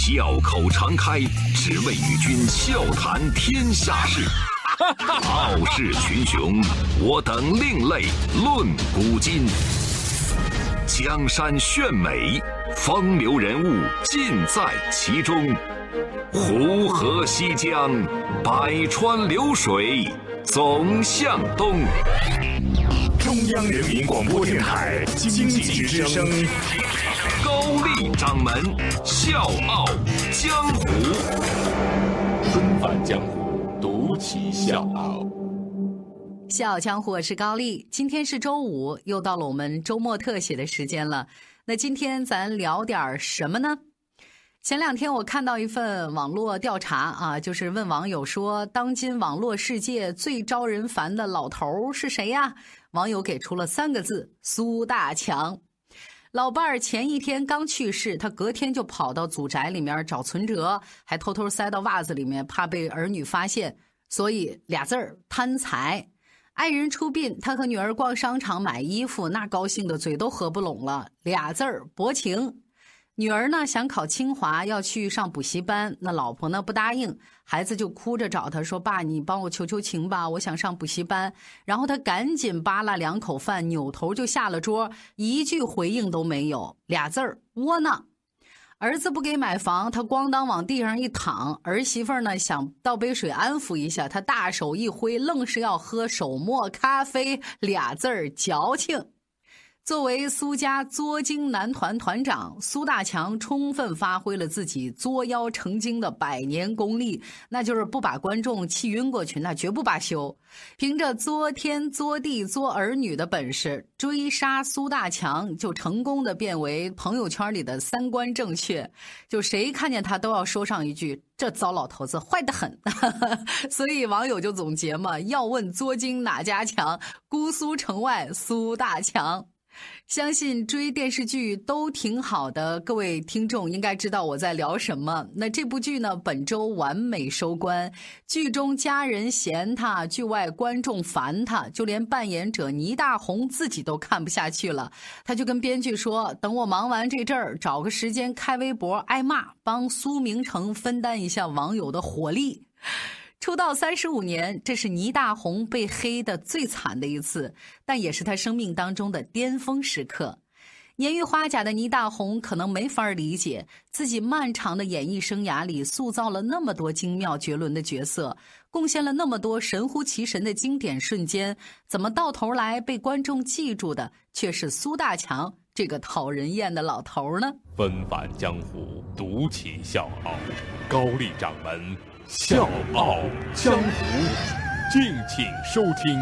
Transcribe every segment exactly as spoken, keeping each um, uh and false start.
笑口常开，只为与君笑谈天下事。傲视群雄，我等另类论古今。江山炫美，风流人物尽在其中。湖河西江，百川流水总向东。 中央人民广播电台经济之声， 高丽掌门笑傲江湖， 纷繁江湖，独骑笑傲。 笑傲江湖，我是高丽。今天是周五，又到了我们周末特写的时间了。那今天咱聊点什么呢？前两天我看到一份网络调查啊，就是问网友说，当今网络世界最招人烦的老头是谁呀？网友给出了三个字：苏大强。老伴儿前一天刚去世，他隔天就跑到祖宅里面找存折，还偷偷塞到袜子里面，怕被儿女发现，所以俩字儿贪财。爱人出殡，他和女儿逛商场买衣服，那高兴的嘴都合不拢了，俩字儿薄情。女儿呢想考清华，要去上补习班，那老婆呢不答应，孩子就哭着找他说，爸你帮我求求情吧，我想上补习班。然后他赶紧扒拉两口饭，扭头就下了桌，一句回应都没有，俩字儿窝囊。儿子不给买房，他咣当往地上一躺，儿媳妇呢想倒杯水安抚一下，他大手一挥，愣是要喝手磨咖啡，俩字儿矫情。作为苏家作精男团团长，苏大强充分发挥了自己作妖成精的百年功力，那就是不把观众气晕过去，那绝不罢休。凭着作天作地作儿女的本事，追杀苏大强就成功的变为朋友圈里的三观正确，就谁看见他都要说上一句，这糟老头子坏得很。所以网友就总结嘛，要问作精哪家强，姑苏城外苏大强。相信追电视剧都挺好的，各位听众应该知道我在聊什么。那这部剧呢，本周完美收官，剧中家人嫌他，剧外观众烦他，就连扮演者倪大红自己都看不下去了，他就跟编剧说，等我忙完这阵儿，找个时间开微博挨骂，帮苏明成分担一下网友的火力。出道三十五年，这是倪大红被黑的最惨的一次，但也是他生命当中的巅峰时刻。年逾花甲的倪大红可能没法理解，自己漫长的演艺生涯里塑造了那么多精妙绝伦的角色，贡献了那么多神乎其神的经典瞬间，怎么到头来被观众记住的却是苏大强这个讨人厌的老头呢？ 纷繁江湖，独骑笑傲，高丽掌门笑傲江湖，敬请收听。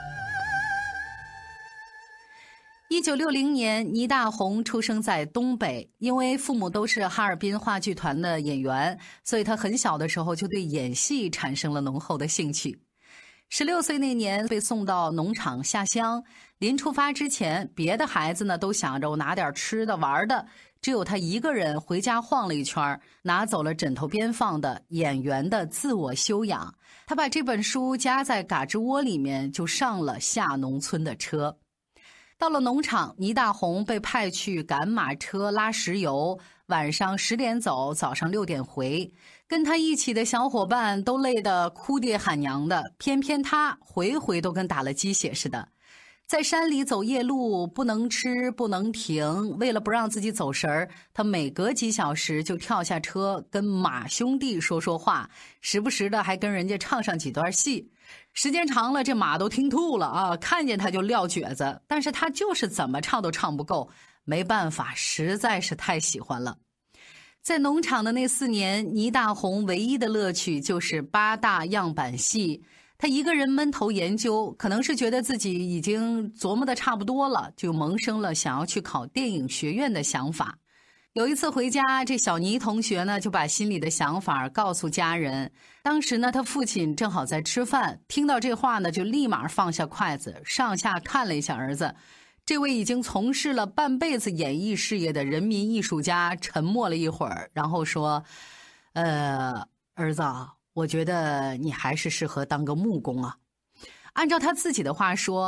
一九六零年，倪大红出生在东北，因为父母都是哈尔滨话剧团的演员，所以他很小的时候就对演戏产生了浓厚的兴趣。十六岁那年被送到农场下乡，临出发之前，别的孩子呢都想着我拿点吃的玩的，只有他一个人回家晃了一圈，拿走了枕头边放的《演员的自我修养》，他把这本书夹在嘎吱窝里面，就上了下农村的车。到了农场，倪大红被派去赶马车拉石油，晚上十点走，早上六点回。跟他一起的小伙伴都累得哭爹喊娘的，偏偏他回回都跟打了鸡血似的。在山里走夜路，不能吃不能停，为了不让自己走神儿，他每隔几小时就跳下车跟马兄弟说说话，时不时的还跟人家唱上几段戏。时间长了，这马都听吐了啊！看见他就撂蹶子，但是他就是怎么唱都唱不够，没办法，实在是太喜欢了。在农场的那四年，倪大红唯一的乐趣就是八大样板戏。他一个人闷头研究，可能是觉得自己已经琢磨的差不多了，就萌生了想要去考电影学院的想法。有一次回家，这小倪同学呢就把心里的想法告诉家人。当时呢，他父亲正好在吃饭，听到这话呢，就立马放下筷子，上下看了一下儿子。这位已经从事了半辈子演艺事业的人民艺术家沉默了一会儿，然后说：“呃，儿子，我觉得你还是适合当个木工啊。”按照他自己的话说，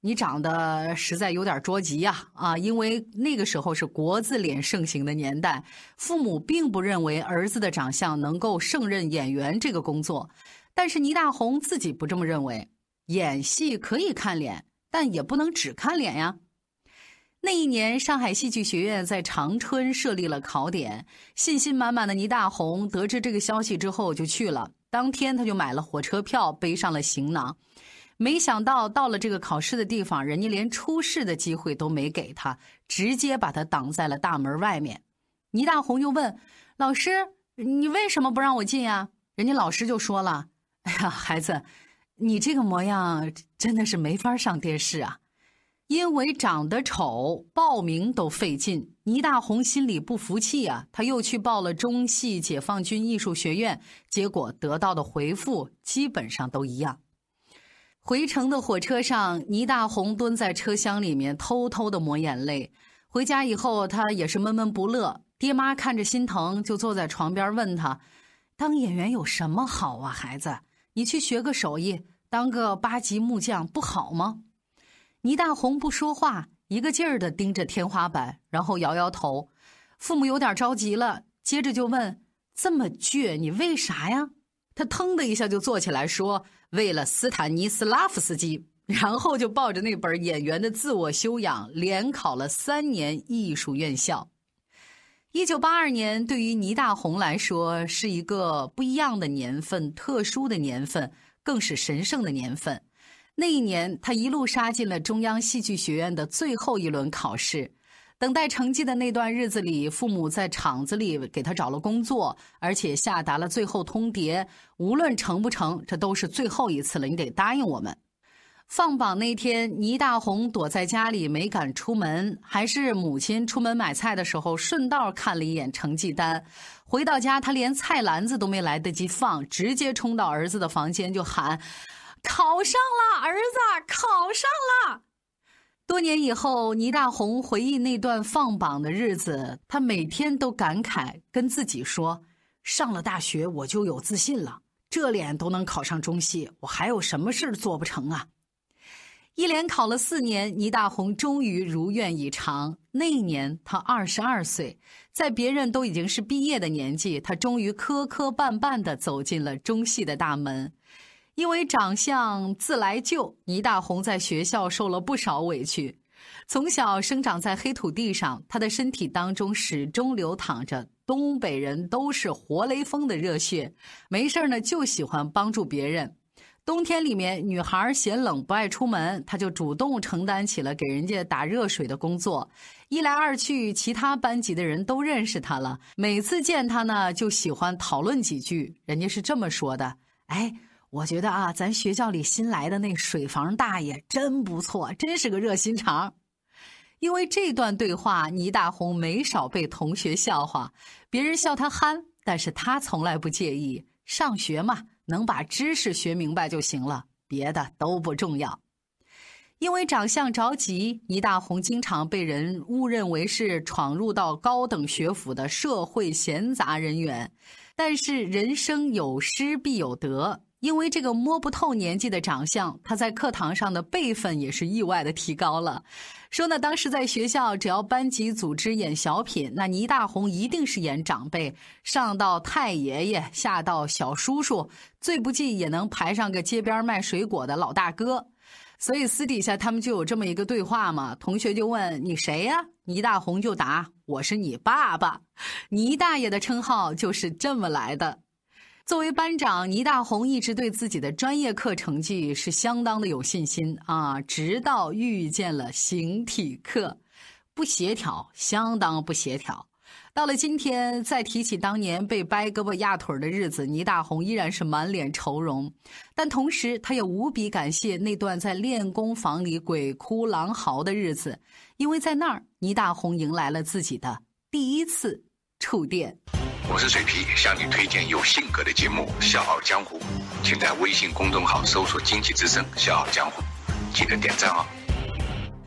你长得实在有点捉急呀！啊，因为那个时候是国字脸盛行的年代，父母并不认为儿子的长相能够胜任演员这个工作。但是倪大红自己不这么认为，演戏可以看脸，但也不能只看脸呀。那一年，上海戏剧学院在长春设立了考点，信心满满的倪大红得知这个消息之后就去了。当天他就买了火车票，背上了行囊。没想到到了这个考试的地方，人家连出示的机会都没给他，直接把他挡在了大门外面。倪大红就问老师：“你为什么不让我进呀？”人家老师就说了：“哎呀，孩子，你这个模样真的是没法上电视啊。”因为长得丑，报名都费劲。倪大红心里不服气啊，他又去报了中戏解放军艺术学院，结果得到的回复基本上都一样。回程的火车上，倪大红蹲在车厢里面偷偷的抹眼泪。回家以后，他也是闷闷不乐。爹妈看着心疼，就坐在床边问他：“当演员有什么好啊，孩子？你去学个手艺，当个八级木匠不好吗？”倪大红不说话，一个劲儿地盯着天花板，然后摇摇头。父母有点着急了，接着就问：“这么倔，你为啥呀？”他腾的一下就坐起来说：“为了斯坦尼斯拉夫斯基。”然后就抱着那本演员的自我修养，连考了三年艺术院校。一九八二年对于倪大红来说是一个不一样的年份，特殊的年份，更是神圣的年份。那一年，他一路杀进了中央戏剧学院的最后一轮考试。等待成绩的那段日子里，父母在厂子里给他找了工作，而且下达了最后通牒，无论成不成，这都是最后一次了，你得答应我们。放榜那天，倪大红躲在家里没敢出门，还是母亲出门买菜的时候顺道看了一眼成绩单。回到家，他连菜篮子都没来得及放，直接冲到儿子的房间就喊：“考上了，儿子，考上了！”多年以后，倪大红回忆那段放榜的日子，他每天都感慨，跟自己说：“上了大学我就有自信了，这脸都能考上中戏，我还有什么事做不成啊？”一连考了四年，倪大红终于如愿以偿。那一年他二十二岁，在别人都已经是毕业的年纪，他终于磕磕绊绊地走进了中戏的大门。因为长相自来就，倪大红在学校受了不少委屈。从小生长在黑土地上，他的身体当中始终流淌着东北人都是活雷锋的热血，没事呢就喜欢帮助别人。冬天里面，女孩嫌冷不爱出门，他就主动承担起了给人家打热水的工作。一来二去，其他班级的人都认识他了，每次见他呢，就喜欢讨论几句。人家是这么说的：“哎，我觉得啊，咱学校里新来的那水房大爷真不错，真是个热心肠。”因为这段对话，倪大红没少被同学笑话，别人笑他憨，但是他从来不介意。上学嘛，能把知识学明白就行了，别的都不重要。因为长相着急，倪大红经常被人误认为是闯入到高等学府的社会闲杂人员。但是人生有失必有得，因为这个摸不透年纪的长相，他在课堂上的辈分也是意外的提高了。说呢，当时在学校，只要班级组织演小品，那倪大红一定是演长辈，上到太爷爷，下到小叔叔，最不济也能排上个街边卖水果的老大哥。所以私底下他们就有这么一个对话嘛，同学就问：“你谁呀？”倪大红就答：“我是你爸爸。”倪大爷的称号就是这么来的。作为班长，倪大红一直对自己的专业课成绩是相当的有信心啊，直到遇见了形体课，不协调，相当不协调。到了今天，再提起当年被掰胳膊压腿的日子，倪大红依然是满脸愁容。但同时，他也无比感谢那段在练功房里鬼哭狼嚎的日子，因为在那儿，倪大红迎来了自己的第一次触电。 我是水皮，向你推荐有性格的节目《笑傲江湖》，请在微信公众号搜索“经济之声笑傲江湖”，记得点赞哦。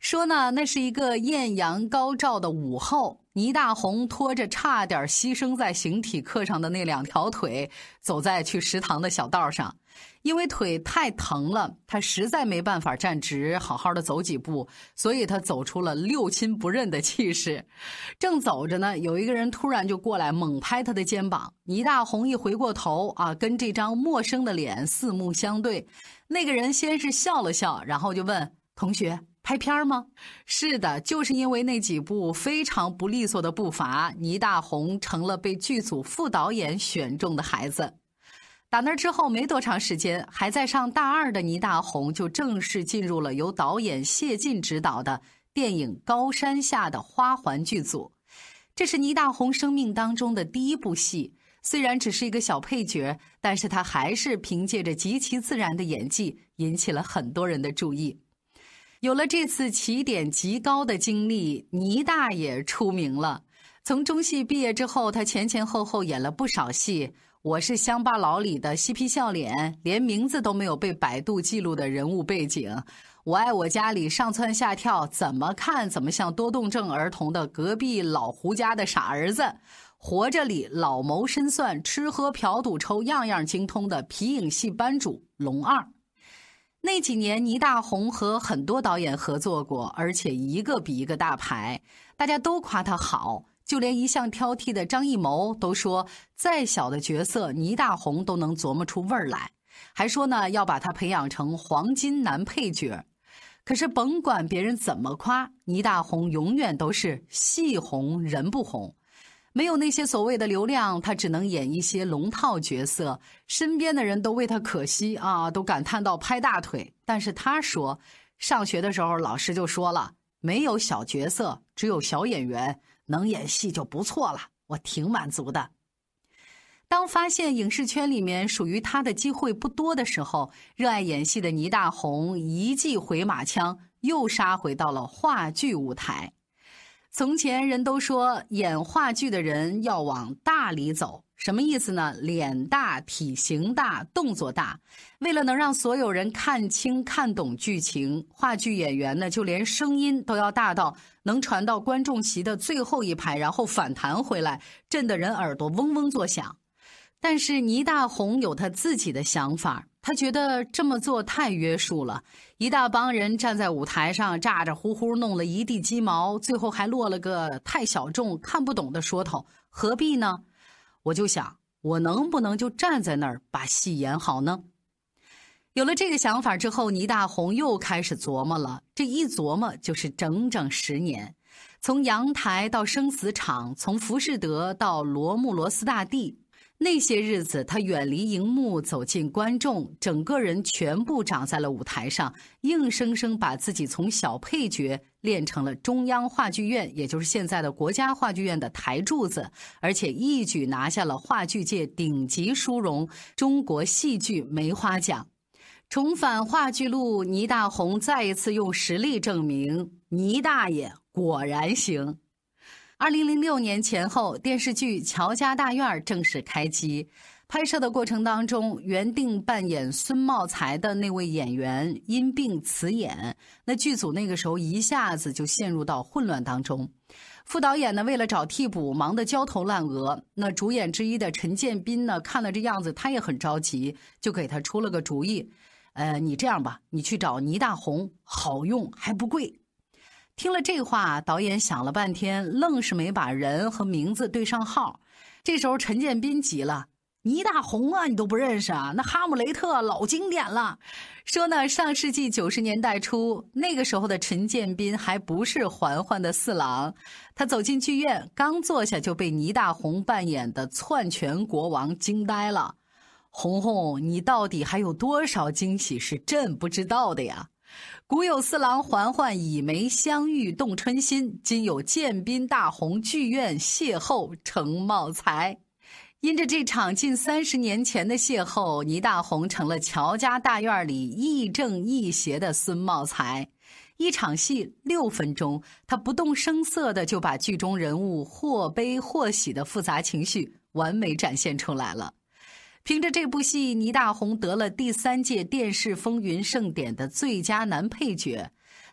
说呢，那是一个艳阳高照的午后，倪大红拖着差点牺牲在形体课上的那两条腿，走在去食堂的小道上。因为腿太疼了，他实在没办法站直好好的走几步，所以他走出了六亲不认的气势。正走着呢，有一个人突然就过来猛拍他的肩膀。倪大红一回过头啊，跟这张陌生的脸四目相对。那个人先是笑了笑，然后就问：同学，拍片吗？是的，就是因为那几步非常不利索的步伐，倪大红成了被剧组副导演选中的孩子。打那之后没多长时间，还在上大二的倪大红就正式进入了由导演谢晋执导的电影《高山下的花环》剧组。这是倪大红生命当中的第一部戏，虽然只是一个小配角，但是他还是凭借着极其自然的演技引起了很多人的注意。有了这次起点极高的经历，倪大爷出名了。从中戏毕业之后，他前前后后演了不少戏。我是乡巴佬里的嬉皮笑脸，连名字都没有被百度记录的人物背景。我爱我家里上蹿下跳，怎么看怎么像多动症儿童的隔壁老胡家的傻儿子。活着里老谋深算，吃喝嫖赌抽样样精通的皮影戏班主龙二。那几年倪大红和很多导演合作过，而且一个比一个大牌，大家都夸他好。就连一向挑剔的张艺谋都说，再小的角色倪大红都能琢磨出味儿来，还说呢要把他培养成黄金男配角。可是甭管别人怎么夸，倪大红永远都是戏红人不红，没有那些所谓的流量，他只能演一些龙套角色，身边的人都为他可惜啊，都感叹到拍大腿。但是他说，上学的时候老师就说了，没有小角色，只有小演员，能演戏就不错了，我挺满足的。当发现影视圈里面属于他的机会不多的时候，热爱演戏的倪大红一记回马枪，又杀回到了话剧舞台。从前人都说演话剧的人要往大里走，什么意思呢？脸大、体型大、动作大。为了能让所有人看清看懂剧情，话剧演员呢就连声音都要大到能传到观众席的最后一排，然后反弹回来，震得人耳朵嗡嗡作响。但是倪大红有他自己的想法，他觉得这么做太约束了，一大帮人站在舞台上咋咋呼呼弄了一地鸡毛，最后还落了个太小众看不懂的说头，何必呢？我就想，我能不能就站在那儿把戏演好呢？有了这个想法之后，倪大红又开始琢磨了，这一琢磨就是整整十年，从阳台到生死场，从浮士德到罗慕罗斯大帝。那些日子，他远离荧幕，走进观众，整个人全部长在了舞台上，硬生生把自己从小配角练成了中央话剧院，也就是现在的国家话剧院的台柱子，而且一举拿下了话剧界顶级殊荣中国戏剧梅花奖。重返话剧路，倪大红再一次用实力证明，倪大爷果然行。二零零六年前后，电视剧《乔家大院》正式开机。拍摄的过程当中，原定扮演孙茂才的那位演员因病辞演，那剧组那个时候一下子就陷入到混乱当中。副导演呢，为了找替补，忙得焦头烂额。那主演之一的陈建斌呢，看了这样子，他也很着急，就给他出了个主意：呃，你这样吧，你去找倪大红，好用还不贵。听了这话，导演想了半天，愣是没把人和名字对上号。这时候陈建斌急了：倪大红啊，你都不认识啊？那哈姆雷特老经典了。说呢，上世纪九十年代初，那个时候的陈建斌还不是嬛嬛的四郎，他走进剧院，刚坐下就被倪大红扮演的篡权国王惊呆了。红红，你到底还有多少惊喜是朕不知道的呀？古有四郎嬛嬛以眉相遇动春心，今有建斌大红剧院邂逅成茂才。因着这场近三十年前的邂逅，倪大红成了乔家大院里亦正亦邪的孙茂才。一场戏六分钟，他不动声色地就把剧中人物或悲或喜的复杂情绪完美展现出来了。凭着这部戏，倪大红得了第三届电视风云盛典的最佳男配角。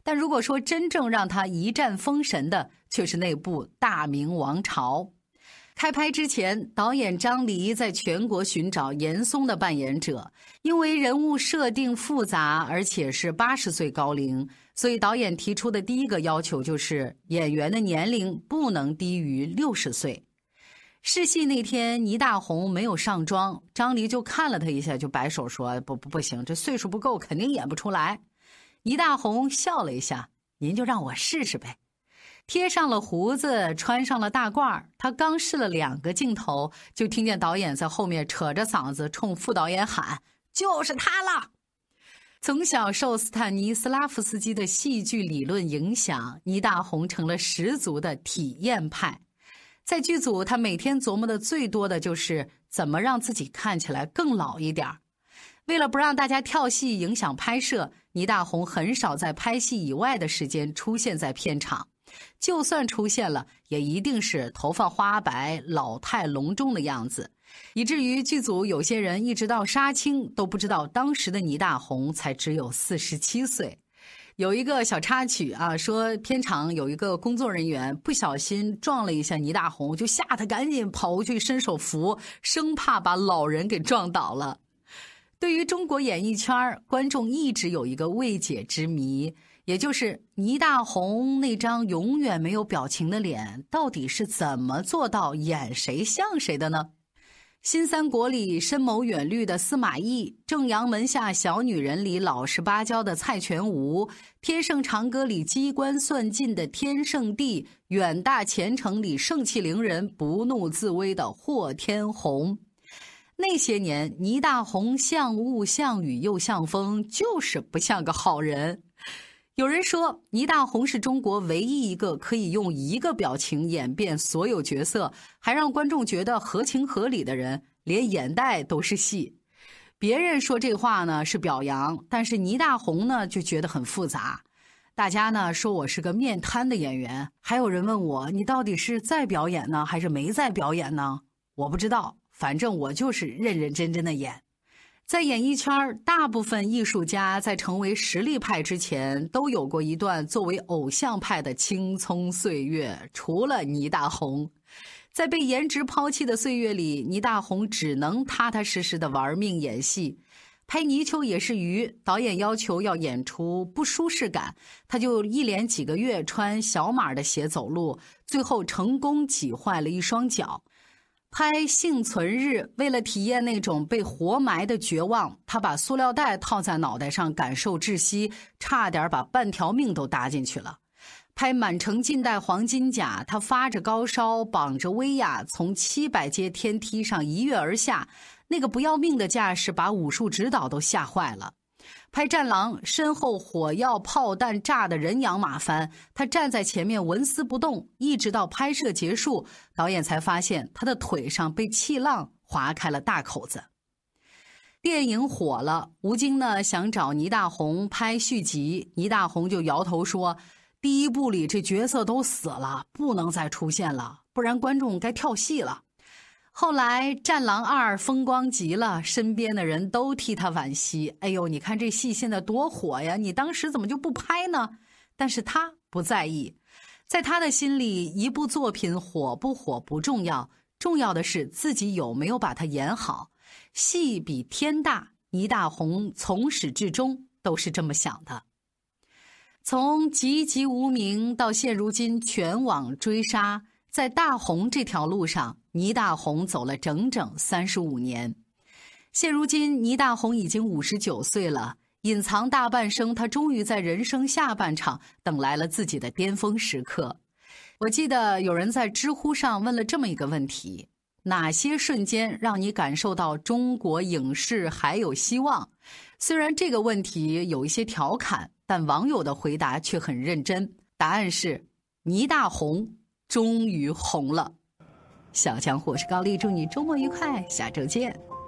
但如果说真正让他一战封神的，却是那部《大明王朝》。开拍之前，导演张黎在全国寻找严嵩的扮演者，因为人物设定复杂，而且是八十岁高龄，所以导演提出的第一个要求就是演员的年龄不能低于六十岁。试戏那天，倪大红没有上妆，张黎就看了他一下，就摆手说：“不不不行，这岁数不够，肯定演不出来。”倪大红笑了一下：“您就让我试试呗。”贴上了胡子，穿上了大褂，他刚试了两个镜头，就听见导演在后面扯着嗓子冲副导演喊：“就是他了！”从小受斯坦尼斯拉夫斯基的戏剧理论影响，倪大红成了十足的体验派。在剧组，他每天琢磨的最多的就是怎么让自己看起来更老一点。为了不让大家跳戏影响拍摄，倪大红很少在拍戏以外的时间出现在片场。就算出现了，也一定是头发花白、老态龙钟的样子，以至于剧组有些人一直到杀青都不知道当时的倪大红才只有四十七岁。有一个小插曲啊，说片场有一个工作人员不小心撞了一下倪大红，就吓得赶紧跑过去伸手扶，生怕把老人给撞倒了。对于中国演艺圈，观众一直有一个未解之谜，也就是倪大红那张永远没有表情的脸，到底是怎么做到演谁像谁的呢？新三国里深谋远虑的司马懿，正阳门下小女人里老实巴交的蔡全吴，天盛长歌里机关算尽的天圣地，远大前程里盛气凌人不怒自威的霍天红。那些年，倪大红像雾像雨又像风，就是不像个好人。有人说，倪大红是中国唯一一个可以用一个表情演变所有角色，还让观众觉得合情合理的人，连眼袋都是戏。别人说这话呢是表扬，但是倪大红呢就觉得很复杂。大家呢说我是个面瘫的演员，还有人问我，你到底是在表演呢，还是没在表演呢？我不知道，反正我就是认认真真的演。在演艺圈，大部分艺术家在成为实力派之前，都有过一段作为偶像派的青葱岁月，除了倪大红。在被颜值抛弃的岁月里，倪大红只能踏踏实实的玩命演戏。拍《泥鳅也是鱼》，导演要求要演出不舒适感，他就一连几个月穿小码的鞋走路，最后成功挤坏了一双脚。拍《幸存日》，为了体验那种被活埋的绝望，他把塑料袋套在脑袋上感受窒息，差点把半条命都搭进去了。拍《满城尽带黄金甲》，他发着高烧，绑着威亚，从七百阶天梯上一跃而下，那个不要命的架势把武术指导都吓坏了。拍《战狼》，身后火药炮弹炸得人仰马翻，他站在前面纹丝不动，一直到拍摄结束，导演才发现他的腿上被气浪划开了大口子。电影火了，吴京呢想找倪大红拍续集，倪大红就摇头说，第一部里这角色都死了，不能再出现了，不然观众该跳戏了。后来《战狼二》风光极了，身边的人都替他惋惜。哎呦，你看这戏现在多火呀，你当时怎么就不拍呢？但是他不在意，在他的心里，一部作品火不火不重要，重要的是自己有没有把它演好。戏比天大，倪大红从始至终都是这么想的。从籍籍无名到现如今全网追杀，在大红这条路上，倪大红走了整整三十五年。现如今，倪大红已经五十九岁了，隐藏大半生，他终于在人生下半场等来了自己的巅峰时刻。我记得有人在知乎上问了这么一个问题：哪些瞬间让你感受到中国影视还有希望？虽然这个问题有一些调侃，但网友的回答却很认真。答案是倪大红终于红了。小强，我是高丽，祝你周末愉快，下周见。